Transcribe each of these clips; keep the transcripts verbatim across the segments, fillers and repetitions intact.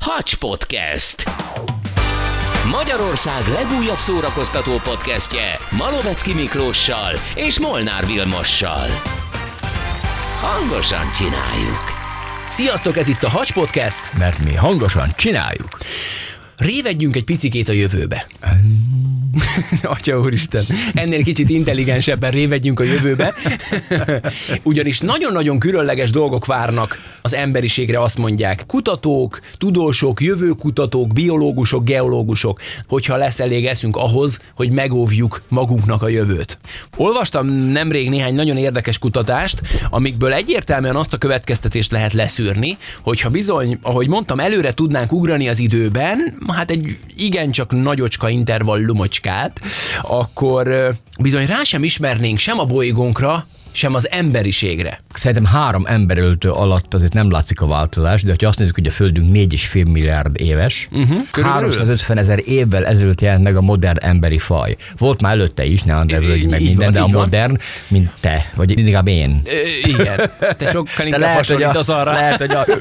Hacs Podcast. Magyarország legújabb szórakoztató podcastje Malovecki Miklóssal és Molnár Vilmossal. Hangosan csináljuk. Sziasztok, ez itt a Hacs Podcast. Mert mi hangosan csináljuk. Révedjünk egy picikét a jövőbe. Atya úristen, ennél kicsit intelligensebben révedjünk a jövőbe. Ugyanis nagyon-nagyon különleges dolgok várnak az emberiségre, azt mondják. Kutatók, tudósok, jövőkutatók, biológusok, geológusok, hogyha lesz elég eszünk ahhoz, hogy megóvjuk magunknak a jövőt. Olvastam nemrég néhány nagyon érdekes kutatást, amikből egyértelműen azt a következtetést lehet leszűrni, hogyha bizony, ahogy mondtam, előre tudnánk ugrani az időben, hát egy igencsak nagyocska intervallumocskát, akkor bizony rá sem ismernénk sem a bolygónkra, sem az emberiségre. Szerintem három emberöltő alatt azért nem látszik a változás, de ha azt nézzük, hogy a Földünk négy és fél milliárd éves, uh-huh, háromszázötven ezer évvel ezelőtt jelent meg a modern emberi faj. Volt már előtte is, neandervölgy meg minden, van, de a modern, van. Mint te, vagy inkább én. Ö, igen, te sokkal inkább hasonlítasz arra. Lehet, hogy a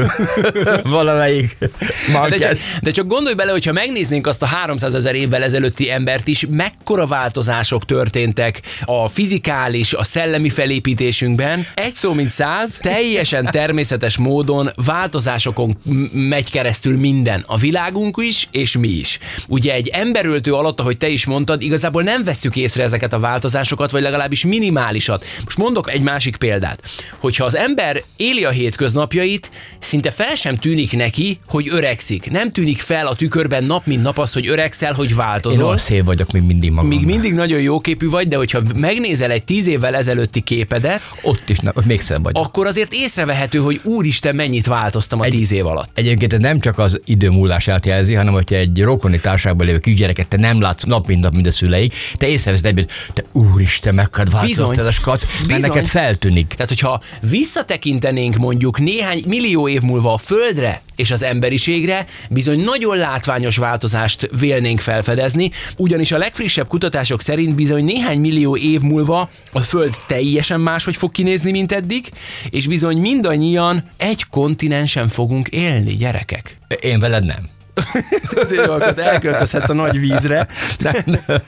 valamelyik de csak, de csak gondolj bele, hogyha megnéznénk azt a háromszázezer évvel ezelőtti embert is, mekkora változások történtek a fizikális, a szellemi felépítésünkben. Egy szó mint száz, teljesen természetes módon változásokon megy keresztül minden. A világunk is, és mi is. Ugye egy emberöltő alatt, ahogy te is mondtad, igazából nem vesszük észre ezeket a változásokat, vagy legalábbis minimálisat. Most mondok egy másik példát. Hogyha az ember éli a hétköznapjait, szinte fel sem tűnik neki, hogy öregszik. Nem tűnik fel a tükörben nap mint nap az, hogy öregszel, hogy változol. Én olyan szép vagyok, még mindig magam. Még mindig nagyon jóképű vagy, de hogyha megnézel egy tíz évvel ezelőtti képedet, ott is, ott még szebb vagyok. Akkor azért észrevehető, hogy úristen, mennyit változtam a egy, tíz év alatt. Egyébként ez nem csak az idő múlását jelzi, hanem hogyha egy rokoni társaságban lévő kisgyereket te nem látsz nap mint nap, mint a szüleik, te észreveszed egyből, te úristen, mekkora változott ez a skac, mert neked feltűnik. Tehát, hogyha visszatekintenénk mondjuk néhány millió év múlva a Földre és az emberiségre, bizony nagyon látványos változást vélnénk felfedezni, ugyanis a legfrissebb kutatások szerint bizony néhány millió év múlva a Föld teljesen máshogy fog kinézni, mint eddig, és bizony mindannyian egy kontinensen fogunk élni, gyerekek. Én veled nem. Azért jó, akkor elköltözhetsz a nagy vízre. De...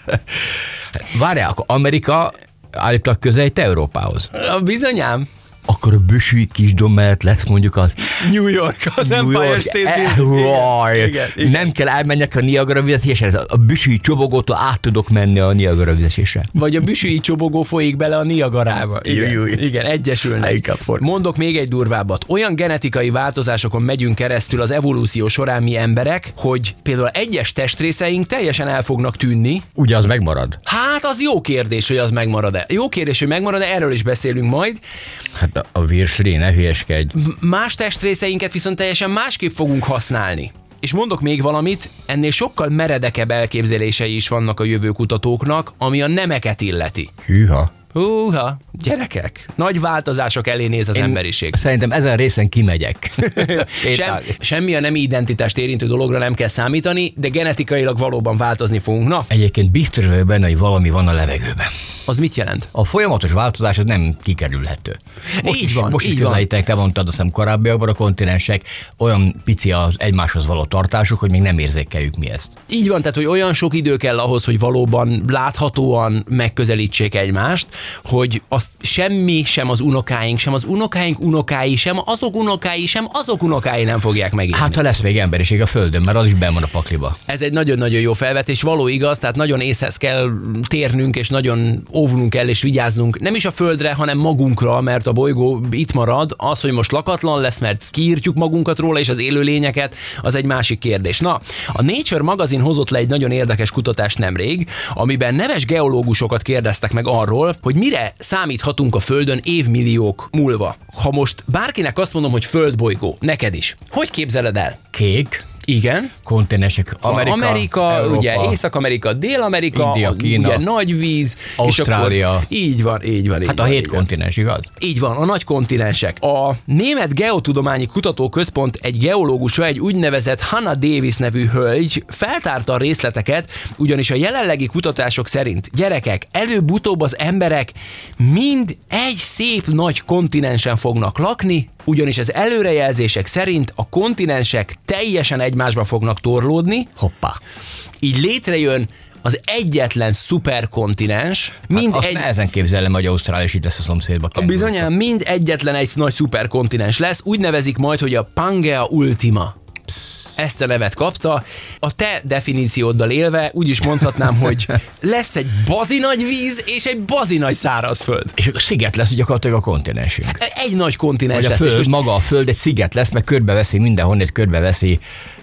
Várjál, akkor Amerika állítólag közelít Európához. Bizonyám. Akkor a büsüi kisdom mellett lesz mondjuk az New York, az New Empire York, State Building. Igen, igen. Nem kell elmenjek a Niagara vizesésre, a büsüi csobogótól át tudok menni a Niagara vizesésre. Vagy a büsüi csobogó folyik bele a Niagarába. Igen, Júj. igen egyesülnek. Mondok még egy durvábbat. Olyan genetikai változásokon megyünk keresztül az evolúció során mi emberek, hogy például egyes testrészeink teljesen el fognak tűnni. Ugye az megmarad? Hát az jó kérdés, hogy az megmarad-e. Jó kérdés, hogy megmarad-e, erről is beszélünk majd. Hát a virsli, ne hülyeskedj. Más testrészeinket viszont teljesen másképp fogunk használni. És mondok még valamit, ennél sokkal meredekebb elképzelései is vannak a jövőkutatóknak, ami a nemeket illeti. Hűha. Húha, gyerekek, nagy változások elé néz az Én emberiség. Szerintem ezen részen kimegyek. Sem, semmi a nemi identitást érintő dologra nem kell számítani, de genetikailag valóban változni fogunk. Na? Egyébként biztos vagyok benne, hogy valami van a levegőben. Az mit jelent? A folyamatos változás az nem kikerülhető. Most így is, van, most így is közelítenek, te mondtad, azt hiszem korábbiakban a kontinensek, olyan pici az egymáshoz való tartásuk, hogy még nem érzékeljük mi ezt. Így van, tehát hogy olyan sok idő kell ahhoz, hogy valóban láthatóan megközelítsék egymást, hogy azt semmi, sem az unokáink, sem az unokáink unokái, sem azok unokái, sem azok unokái nem fogják megélni. Hát ha lesz még emberiség a Földön, mert az is benn van a pakliba. Ez egy nagyon-nagyon jó felvetés, való igaz, tehát nagyon észhez kell térnünk, és nagyon óvnunk kell, és vigyáznunk nem is a Földre, hanem magunkra, mert a bolygó itt marad. Az, hogy most lakatlan lesz, mert kiírtjuk magunkat róla, és az élőlényeket, az egy másik kérdés. Na, a Nature magazin hozott le egy nagyon érdekes kutatást nemrég, amiben neves geológusokat kérdeztek meg arról, hogy mire számíthatunk a Földön évmilliók múlva. Ha most bárkinek azt mondom, hogy földbolygó, neked is, hogy képzeled el? Kék. Igen. Kontinensek. Amerika, Amerika Európa, ugye Észak-Amerika, Dél-Amerika, India, Kína, ugye nagy víz, Ausztrália. És akkor így van, így van. Így hát van, a hét így kontinens, igaz? Így van, a nagy kontinensek. A Német Geotudományi Kutatóközpont egy geológusa, egy úgynevezett Hannah Davis nevű hölgy feltárta a részleteket, ugyanis a jelenlegi kutatások szerint, gyerekek, előbb-utóbb az emberek mind egy szép nagy kontinensen fognak lakni, ugyanis az előrejelzések szerint a kontinensek teljesen egymásba fognak torlódni. Hoppá. Így létrejön az egyetlen szuperkontinens, mind hát egy... nehezen képzelem, hogy Ausztrália is itt lesz a szomszédba. Bizonyán mind egyetlen egy nagy szuperkontinens lesz, úgy nevezik majd, hogy a Pangea Ultima. Ezt a nevet kapta. A te definícióddal élve úgy is mondhatnám, hogy lesz egy bazi nagy víz és egy bazi nagy szárazföld. És a sziget lesz gyakorlatilag a kontinensünk. Egy nagy kontinens lesz. A föld, és maga a föld egy sziget lesz, meg körbeveszi mindenhonnét, körbeveszi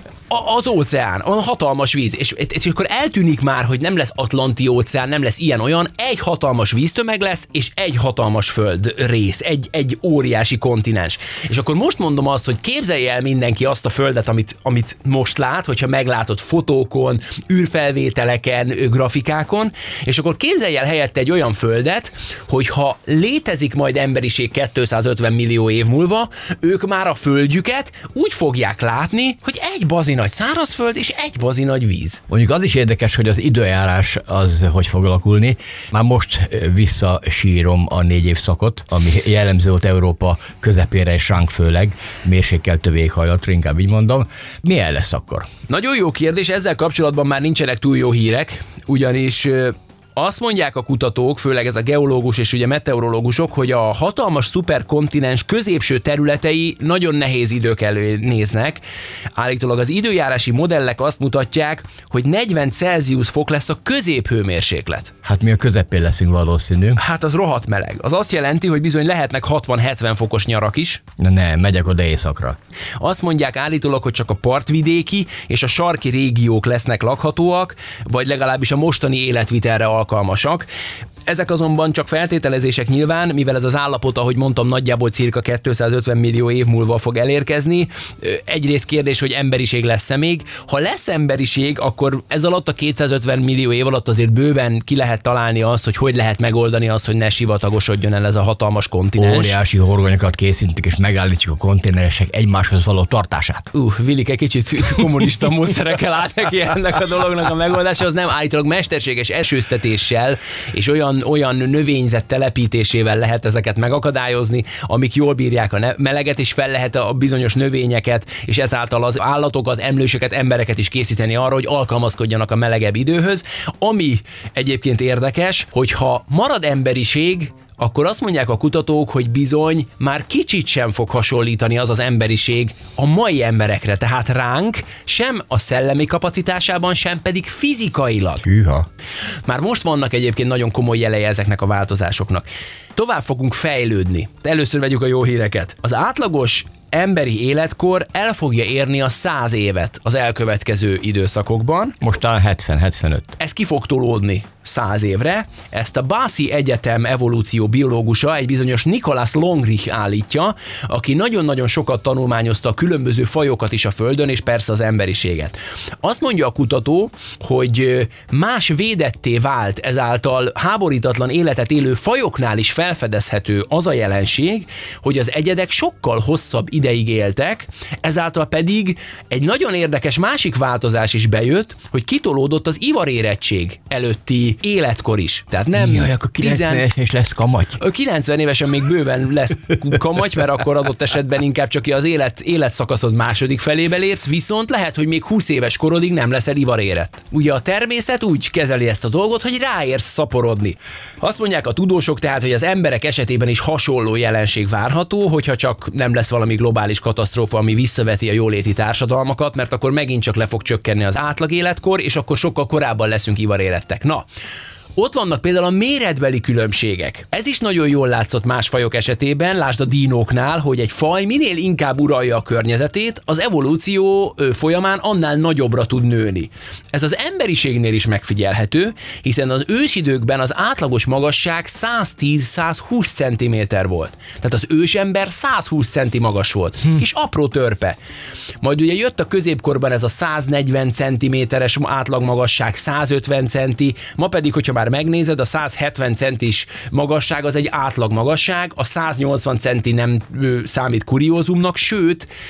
A, az óceán, a hatalmas víz, és, és akkor eltűnik már, hogy nem lesz Atlanti óceán, nem lesz ilyen-olyan, egy hatalmas víztömeg lesz, és egy hatalmas föld rész, egy, egy óriási kontinens. És akkor most mondom azt, hogy képzelje el mindenki azt a földet, amit, amit most lát, hogyha meglátod fotókon, űrfelvételeken, grafikákon, és akkor képzelje el helyette egy olyan földet, hogyha létezik majd emberiség kétszázötven millió év múlva, ők már a földjüket úgy fogják látni, hogy egy bazi nagy szárazföld és egy bazi nagy víz. Mondjuk az is érdekes, hogy az időjárás az hogy fog alakulni. Már most visszasírom a négy évszakot, ami jellemző volt Európa közepére és ránk főleg, mérsékeltebb éghajlatra, inkább így mondom. Milyen lesz akkor? Nagyon jó kérdés, ezzel kapcsolatban már nincsenek túl jó hírek, ugyanis azt mondják a kutatók, főleg ez a geológus és ugye meteorológusok, hogy a hatalmas szuperkontinens középső területei nagyon nehéz idők elő néznek. Állítólag az időjárási modellek azt mutatják, hogy negyven Celsius fok lesz a középhőmérséklet. Hát mi a közepén leszünk valószínű. Hát az rohadt meleg. Az azt jelenti, hogy bizony lehetnek hatvan-hetven fokos nyarak is. Na nem, megyek oda éjszakra. Azt mondják állítólag, hogy csak a partvidéki és a sarki régiók lesznek lakhatóak, vagy legalábbis a mostani életvitelre alkalmasak. Ezek azonban csak feltételezések nyilván, mivel ez az állapot, ahogy mondtam, nagyjából cirka kétszázötven millió év múlva fog elérkezni. Egyrészt kérdés, hogy emberiség lesz-e még. Ha lesz emberiség, akkor ez alatt a kétszázötven millió év alatt azért bőven ki lehet találni azt, hogy hogy lehet megoldani azt, hogy ne sivatagosodjon el ez a hatalmas kontinens. Óriási horgonyokat készítünk, és megállítjuk a kontinensek egymáshoz való tartását. Uh, Vilik egy kicsit kommunista módszerekkel állt neki ennek a dolognak a megoldása, az nem állítólag mesterséges esőztetéssel és olyan olyan növényzet telepítésével lehet ezeket megakadályozni, amik jól bírják a meleget, és fel lehet a bizonyos növényeket, és ezáltal az állatokat, emlősöket, embereket is készíteni arra, hogy alkalmazkodjanak a melegebb időhöz. Ami egyébként érdekes, hogyha marad emberiség, akkor azt mondják a kutatók, hogy bizony már kicsit sem fog hasonlítani az az emberiség a mai emberekre, tehát ránk sem a szellemi kapacitásában, sem pedig fizikailag. Hűha. Már most vannak egyébként nagyon komoly jelei ezeknek a változásoknak. Tovább fogunk fejlődni. Először vegyük a jó híreket. Az átlagos emberi életkor el fogja érni a száz évet az elkövetkező időszakokban. Most talán hetven-hetvenöt. Ez ki fog tolódni száz évre. Ezt a Baszi Egyetem evolúció biológusa, egy bizonyos Nicholas Longrich állítja, aki nagyon-nagyon sokat tanulmányozta a különböző fajokat is a Földön, és persze az emberiséget. Azt mondja a kutató, hogy más védetté vált, ezáltal háborítatlan életet élő fajoknál is felfedezhető az a jelenség, hogy az egyedek sokkal hosszabb ideig éltek, ezáltal pedig egy nagyon érdekes másik változás is bejött, hogy kitolódott az ivarérettség előtti életkor is. Tehát nem Jaj, akkor kilencven évesen is lesz kamaty. kilencven évesen még bőven lesz kamaty, mert akkor adott esetben inkább csak az élet, életszakaszod második felébe lépsz, viszont lehet, hogy még húsz éves korodig nem leszel ivarérett. Ugye a természet úgy kezeli ezt a dolgot, hogy ráérsz szaporodni. Azt mondják a tudósok tehát, hogy az emberek esetében is hasonló jelenség várható, hogyha csak nem lesz valami globális katasztrófa, ami visszaveti a jóléti társadalmakat, mert akkor megint csak le fog csökkenni az átlag életkor, és akkor sokkal korábban leszünk ivarérettek. Na, ott vannak például a méretbeli különbségek. Ez is nagyon jól látszott más fajok esetében, lásd a dinóknál, hogy egy faj minél inkább uralja a környezetét, az evolúció folyamán annál nagyobbra tud nőni. Ez az emberiségnél is megfigyelhető, hiszen az ősidőkben az átlagos magasság száztíz-százhúsz centiméter volt. Tehát az ősember százhúsz centi magas volt. Hm. Kis apró törpe. Majd ugye jött a középkorban ez a száznegyven centiméteres átlagmagasság, százötven centi, ma pedig, hogyha már megnézed, a száz hetven centis magasság az egy átlag magasság, a száznyolcvan centi nem ö, számít kuriózumnak, sőt,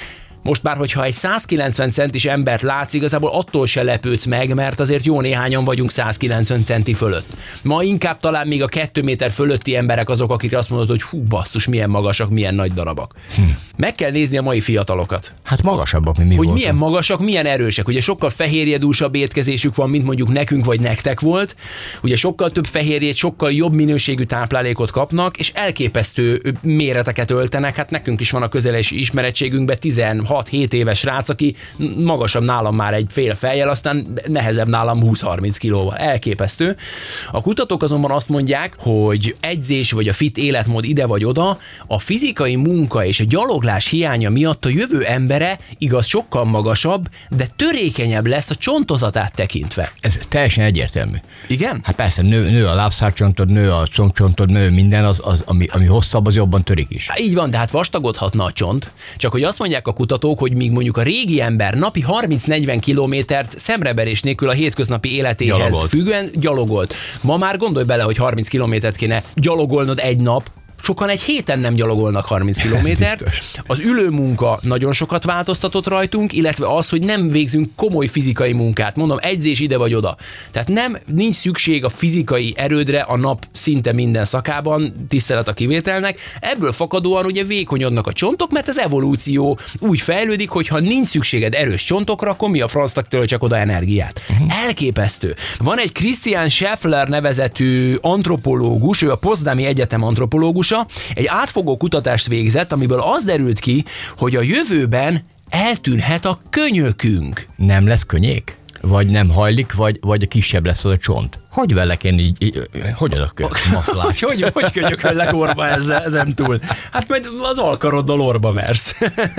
Most már, hogyha egy száz kilencven centis embert látsz, igazából attól se lepődsz meg, mert azért jó néhányan vagyunk száz kilencven centi fölött. Ma inkább talán még a kettő méter fölötti emberek azok, akikre azt mondod, hogy hú, basszus, milyen magasak, milyen nagy darabak. Hm. Meg kell nézni a mai fiatalokat. Hát magasabbak, mint mi Hogy voltunk. milyen magasak, milyen erősek. Ugye sokkal fehérjedúsabb étkezésük van, mint mondjuk nekünk vagy nektek volt. Ugye sokkal több fehérjét, sokkal jobb minőségű táplálékot kapnak, és elképesztő méreteket öltenek. Hát nekünk is van a közeles ismerettségünkben tizenhat-hét éves srác, aki magasabb nálam már egy fél fejjel, aztán nehezebb nálam húsz-harminc kilóval. Elképesztő. A kutatók azonban azt mondják, hogy edzés vagy a fit életmód ide vagy oda, a fizikai munka és a gyaloglás hiánya miatt a jövő embere igaz sokkal magasabb, de törékenyebb lesz a csontozatát tekintve. Ez teljesen egyértelmű. Igen? Hát persze, nő, nő a lábszárcsontod, nő a combcsontod, nő minden, az, az ami, ami hosszabb, az jobban törik is. Így van, de hát vastagodhatna a csont, csak hogy azt mondják a kutatók, hogy míg mondjuk a régi ember napi harminc-negyven kilométert szemreverés nélkül a hétköznapi életéhez Gyalogolt. függően gyalogolt. Ma már gondolj bele, hogy harminc kilométert kéne gyalogolnod egy nap, sokan egy héten nem gyalogolnak harminc kilométert. Az ülőmunka nagyon sokat változtatott rajtunk, illetve az, hogy nem végzünk komoly fizikai munkát. Mondom, edzés ide vagy oda. Tehát nem, nincs szükség a fizikai erődre a nap szinte minden szakában, tisztelet a kivételnek. Ebből fakadóan ugye vékonyodnak a csontok, mert az evolúció úgy fejlődik, hogy ha nincs szükséged erős csontokra, akkor mi a francnak töltsek oda energiát. Uh-huh. Elképesztő. Van egy Christian Scheffler nevezetű antropológus, ő a Potsdami Egyetem antropológus, egy átfogó kutatást végzett, amiből az derült ki, hogy a jövőben eltűnhet a könyökünk. Nem lesz könnyék? Vagy nem hajlik, vagy, vagy kisebb lesz az a csont? Hogy vellek én így, így hogy adok maflást? hogy, hogy könyököllek orba ezzel, ezen túl? Hát majd az alkaroddal orba mersz.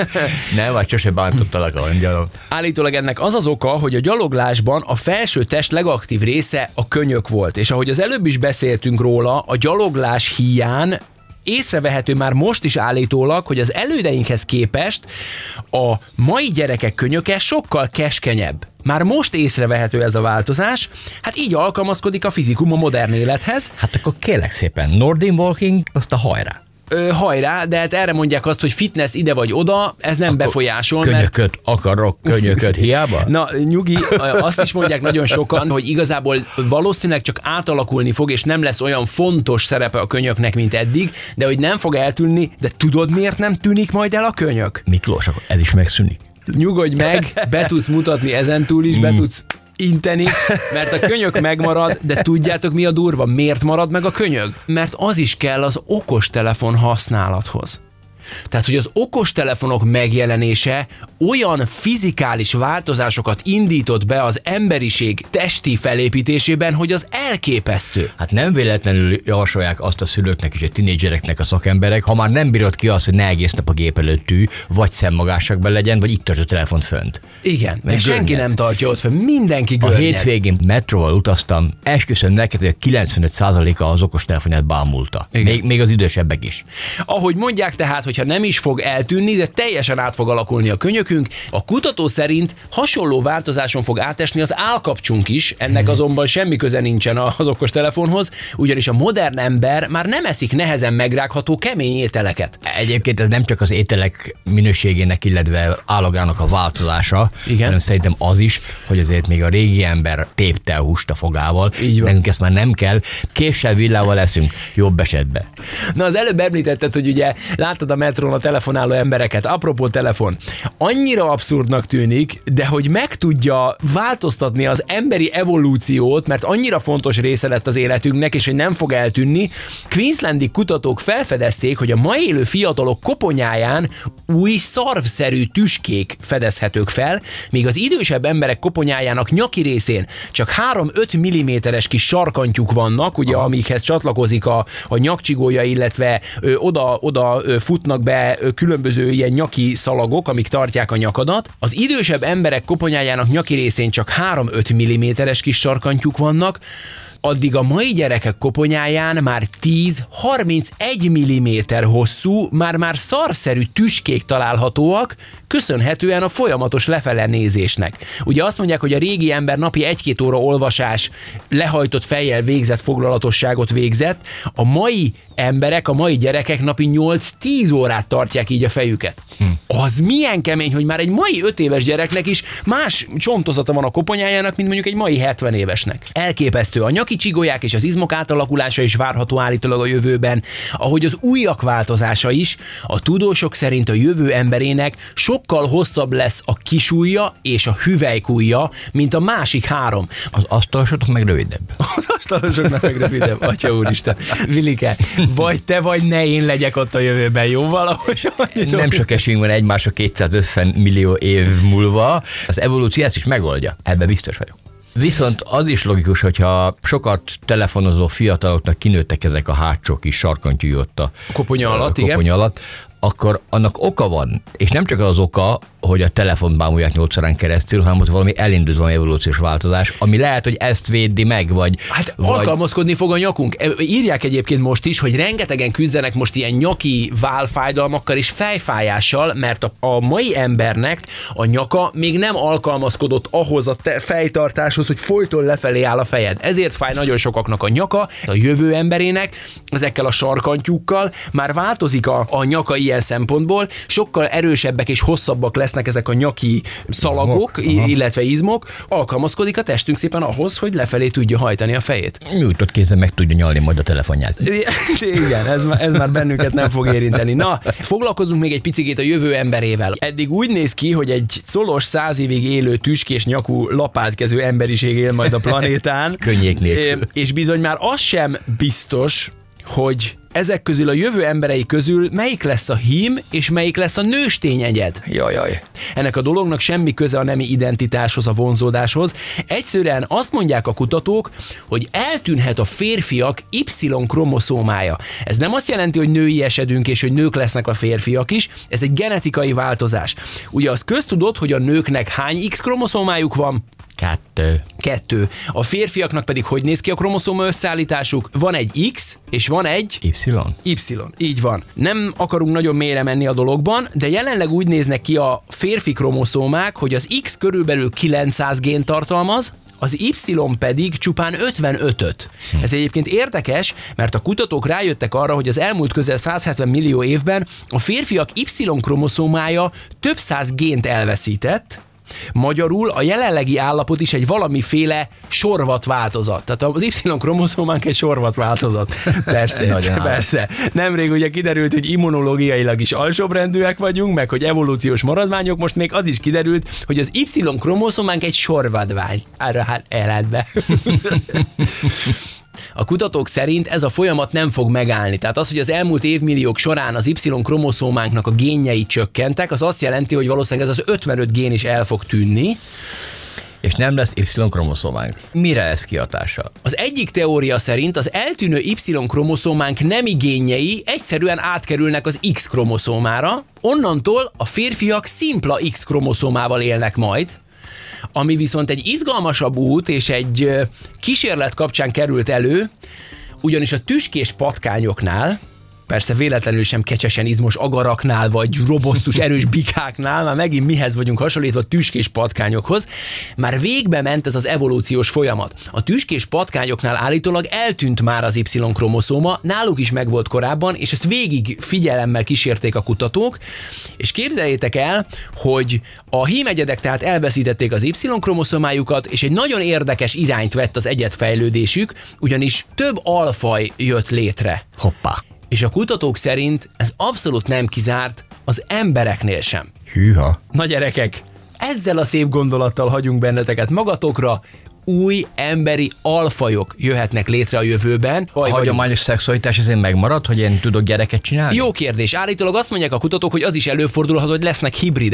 Ne, vagy sose bántottalak a angyalom. Állítólag ennek az az oka, hogy a gyaloglásban a felső test legaktív része a könyök volt, és ahogy az előbb is beszéltünk róla, a gyaloglás híján észrevehető már most is állítólag, hogy az elődeinkhez képest a mai gyerekek könyöke sokkal keskenyebb. Már most észrevehető ez a változás, hát így alkalmazkodik a fizikum a modern élethez. Hát akkor kérlek szépen, Nordin Walking, azt a hajrá. Ö, hajrá, de hát erre mondják azt, hogy fitness ide vagy oda, ez nem akkor befolyásol, könyököt mert... akarok, könyököt hiába? Na, nyugi, azt is mondják nagyon sokan, hogy igazából valószínűleg csak átalakulni fog, és nem lesz olyan fontos szerepe a könyöknek, mint eddig, de hogy nem fog eltűnni, de tudod, miért nem tűnik majd el a könyök? Miklós, akkor ez is megszűnik. Nyugodj meg, be tudsz mutatni ezentúl is, be tudsz inteni, mert a könyök megmarad, de tudjátok mi a durva? Miért marad meg a könyög? Mert az is kell az okostelefon használathoz. Tehát, hogy az okostelefonok megjelenése olyan fizikális változásokat indított be az emberiség testi felépítésében, hogy az elképesztő. Hát nem véletlenül javasolják azt a szülőknek és a tinédzsereknek a szakemberek, ha már nem bírod ki azt, hogy ne egész nap a gép előtt ülj, vagy szemmagásakban legyen, vagy itt tart a telefont fönt. Igen, de Meg senki görnyedsz. nem tartja ott fönn, mindenki A görnyed. hétvégén metróval utaztam, esküszöm neked, hogy a kilencvenöt százaléka az okostelefonját bámulta. Még, még az idősebbek is. Ahogy mondják tehát, hogyha nem is fog eltűnni, de teljesen át fog alakulni a könyökünk, a kutató szerint hasonló változáson fog átesni az állkapcsunk is, ennek azonban semmi köze nincsen az okostelefonhoz, ugyanis a modern ember már nem eszik nehezen megrágható kemény ételeket. Egyébként ez nem csak az ételek minőségének, illetve állagának a változása, Igen. hanem szerintem az is, hogy azért még a régi ember tépte a húst a fogával, Így van. nekünk ezt már nem kell, késsel, villával leszünk, jobb esetben. Na, az előbb említetted, hogy ugye láttad a metrón a telefonáló embereket. Apropó telefon. Annyira abszurdnak tűnik, de hogy meg tudja változtatni az emberi evolúciót, mert annyira fontos része lett az életünknek, és hogy nem fog eltűnni. Queenslandi kutatók felfedezték, hogy a ma élő fiatalok koponyáján új szarvszerű tüskék fedezhetők fel, míg az idősebb emberek koponyájának nyaki részén csak három-öt milliméteres kis sarkantyúk vannak, ugye, amikhez csatlakozik a, a nyakcsigója, illetve ö, oda, oda ö, futnak be ö, különböző ilyen nyaki szalagok, amik tartják a nyakadat. Az idősebb emberek koponyájának nyaki részén csak három-öt milliméteres kis sarkantyúk vannak, addig a mai gyerekek koponyáján már tíz-harmincegy milliméter hosszú, már-már szarszerű tüskék találhatóak, köszönhetően a folyamatos lefele nézésnek. Ugye azt mondják, hogy a régi ember napi egy-két óra olvasás, lehajtott fejjel végzett foglalatosságot végzett, a mai emberek, a mai gyerekek napi nyolc-tíz órát tartják így a fejüket. Hm. Az milyen kemény, hogy már egy mai öt éves gyereknek is más csontozata van a koponyájának, mint mondjuk egy mai hetven évesnek. Elképesztő. A nyaki csigolyák és az izmok átalakulása is várható állítólag a jövőben, ahogy az ujjak változása is. A tudósok szerint a jövő emberének sokkal hosszabb lesz a kisujja és a hüvelykujja, mint a másik három. Az asztalosoknak meg rövidebb. Az asztalosoknak meg rövidebb, atya úristen. Vilike, vagy te, vagy ne én legyek ott a jövőben, jó valahogy? Nem sok esélyünk van egymásra kétszázötven millió év múlva. Az evolúció ezt is megoldja. Ebben biztos vagyok. Viszont az is logikus, hogyha sokat telefonozó fiataloknak kinőttek ezek a hátsó kis sarkantyúj ott a koponya alatt, koponya igen. alatt, akkor annak oka van, és nem csak az oka, hogy a telefont bámulják nyolc órán keresztül, hanem ott valami elindult valami evolúciós változás, ami lehet, hogy ezt védi meg, vagy... Hát vagy... alkalmazkodni fog a nyakunk. Írják egyébként most is, hogy rengetegen küzdenek most ilyen nyaki válfájdalmakkal és fejfájással, mert a, a mai embernek a nyaka még nem alkalmazkodott ahhoz a te- fejtartáshoz, hogy folyton lefelé áll a fejed. Ezért fáj nagyon sokaknak a nyaka, a jövő emberének ezekkel a sarkantyúkkal már változik a, a nyaka ilyen szempontból, sokkal erősebbek és hosszabbak lesznek ezek a nyaki szalagok, izmok, illetve izmok, alkalmazkodik a testünk szépen ahhoz, hogy lefelé tudja hajtani a fejét. Nyújtott kézzel meg tudja nyalni majd a telefonját. Igen, ez, ez már bennünket nem fog érinteni. Na, foglalkozunk még egy picikét a jövő emberével. Eddig úgy néz ki, hogy egy szolos száz évig élő tüskés nyakú lapátkező emberiség él majd a planétán. Könnyék nélkül. És bizony már az sem biztos, hogy ezek közül a jövő emberei közül melyik lesz a hím, és melyik lesz a nőstény egyed. Jajjaj. Ennek a dolognak semmi köze a nemi identitáshoz, a vonzódáshoz. Egyszerűen azt mondják a kutatók, hogy eltűnhet a férfiak Y-kromoszómája. Ez nem azt jelenti, hogy női esedünk, és hogy nők lesznek a férfiak is, ez egy genetikai változás. Ugye az köztudott, hogy a nőknek hány X-kromoszómájuk van? Kettő. Kettő. A férfiaknak pedig hogy néz ki a kromoszóma összeállításuk? Van egy X, és van egy... Y. Y. Így van. Nem akarunk nagyon mélyre menni a dologban, de jelenleg úgy néznek ki a férfi kromoszómák, hogy az X körülbelül kilencszáz gént tartalmaz, az Y pedig csupán ötvenötöt. Hm. Ez egyébként érdekes, mert a kutatók rájöttek arra, hogy az elmúlt közel száz hetven millió évben a férfiak Y-kromoszómája több száz gént elveszített. Magyarul a jelenlegi állapot is egy valamiféle sorvat változat. Tehát az Y-kromoszómánk egy sorvat változat. Persze, persze. Nemrég ugye kiderült, hogy immunológiailag is alsóbrendűek vagyunk, meg hogy evolúciós maradványok, most még az is kiderült, hogy az Y-kromoszómánk egy sorvadvány. Arra hát életbe. A kutatók szerint ez a folyamat nem fog megállni. Tehát az, hogy az elmúlt évmilliók során az Y-kromoszómánknak a génjei csökkentek, az azt jelenti, hogy valószínűleg ez az ötvenöt gén is el fog tűnni. És nem lesz Y-kromoszómánk. Mire ez kihatással? Az egyik teória szerint az eltűnő Y-kromoszómánk nemi génjei egyszerűen átkerülnek az X-kromoszómára, onnantól a férfiak szimpla X-kromoszómával élnek majd, ami viszont egy izgalmasabb út és egy kísérlet kapcsán került elő, ugyanis a tüskés patkányoknál, persze véletlenül sem kecsesen izmos agaraknál, vagy robosztus erős bikáknál, már megint mihez vagyunk hasonlítva, tüskés patkányokhoz, már végbe ment ez az evolúciós folyamat. A tüskés patkányoknál állítólag eltűnt már az Y-kromoszóma, náluk is megvolt korábban, és ezt végig figyelemmel kísérték a kutatók, és képzeljétek el, hogy a hímegyedek tehát elveszítették az Y-kromoszómájukat, és egy nagyon érdekes irányt vett az egyedfejlődésük, ugyanis több alfaj jött létre. Hoppá! És a kutatók szerint ez abszolút nem kizárt az embereknél sem. Hűha! Na gyerekek, ezzel a szép gondolattal hagyunk benneteket magatokra, új emberi alfajok jöhetnek létre a jövőben. A hagyományos szexualitás ezért megmarad, hogy én tudok gyereket csinálni? Jó kérdés. Állítólag azt mondják a kutatók, hogy az is előfordulhat, hogy lesznek hibridek.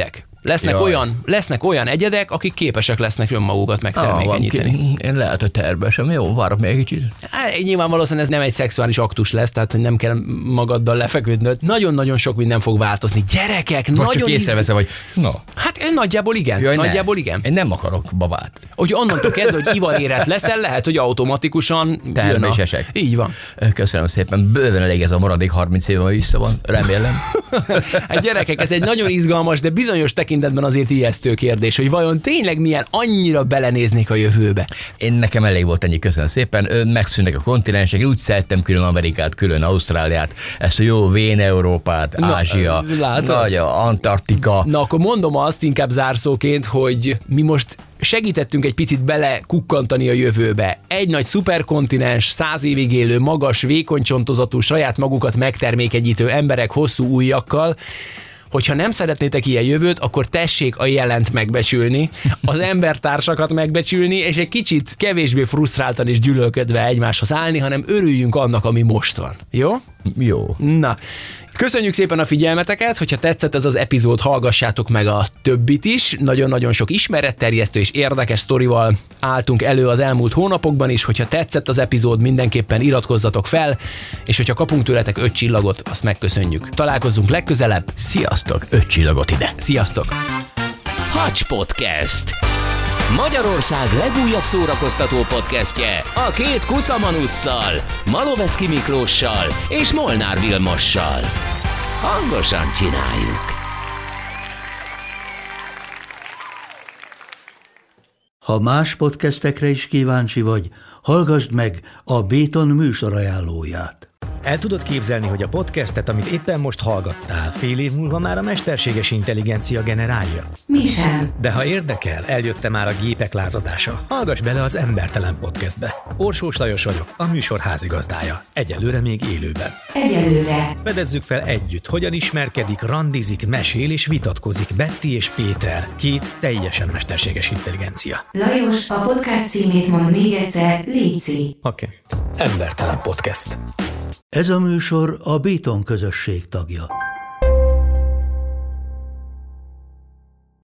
Lesznek olyan, lesznek olyan egyedek, akik képesek lesznek önmagukat megtermékenyíteni. Ah, én lehet, hogy terve sem. Jó, várok még egy kicsit. Hát, nyilván valószínűleg ez nem egy szexuális aktus lesz, tehát nem kell magaddal lefeküdnöd. Nagyon-nagyon sok minden fog változni. Gyerekek, vagy nagyon csak észreveszem, hogy no. Hát én nagyjából igen. Jaj, nagyjából ne. igen. Én nem akarok babát. Hogy onnantól kezdve, hogy ivarérett leszel, lehet, hogy automatikusan terve is esek. Így van. Köszönöm szépen. Bőven elég ez a maradék harminc éve, hogy vissza van. Remélem. Hát gyerekek, ez egy nagyon izgalmas, de bizonyos tekintetben azért ijesztő kérdés, hogy vajon tényleg milyen annyira belenéznék a jövőbe. Én nekem elég volt ennyi, köszönöm szépen. Ön megszűnnek a kontinensek, én úgy szerettem külön Amerikát, külön Ausztráliát, ezt a jó vén Európát, Na, Ázsia, látod? nagy Antarktika. Na akkor mondom azt inkább zárszóként, hogy mi most segítettünk egy picit bele kukkantani a jövőbe. Egy nagy szuperkontinens, száz évig élő, magas, vékony csontozatú, saját magukat megtermékenyítő emberek hosszú ujjakkal. Hogyha nem szeretnétek ilyen jövőt, akkor tessék a jelent megbecsülni, az embertársakat megbecsülni, és egy kicsit kevésbé frusztráltan és gyűlölködve egymáshoz állni, hanem örüljünk annak, ami most van. Jó? Jó. Na, köszönjük szépen a figyelmeteket, hogyha tetszett ez az epizód, hallgassátok meg a többit is. Nagyon-nagyon sok ismeretterjesztő és érdekes sztorival álltunk elő az elmúlt hónapokban is. Hogyha tetszett az epizód, mindenképpen iratkozzatok fel, és hogyha kapunk tőletek öt csillagot, azt megköszönjük. Találkozzunk legközelebb. Sziasztok, öt csillagot ide. Sziasztok! Hacs Podcast. Magyarország legújabb szórakoztató podcastje a két kuszamanusszal, Malovecki Miklóssal és Molnár Vilmossal. Hangosan csináljuk! Ha más podcastekre is kíváncsi vagy, hallgassd meg a Béton műsor ajánlóját. El tudod képzelni, hogy a podcastet, amit éppen most hallgattál, fél év múlva már a mesterséges intelligencia generálja? Mi sem. De ha érdekel, eljötte már a gépek lázadása. Hallgass bele az Embertelen Podcastbe. Orsós Lajos vagyok, a műsor házigazdája. Egyelőre még élőben. Egyelőre. Fedezzük fel együtt, hogyan ismerkedik, randizik, mesél és vitatkozik Betty és Péter, két teljesen mesterséges intelligencia. Lajos, a podcast címét mond még egyszer, léci. Oké. Okay. Embertelen Podcast. Ez a műsor a Béton közösség tagja.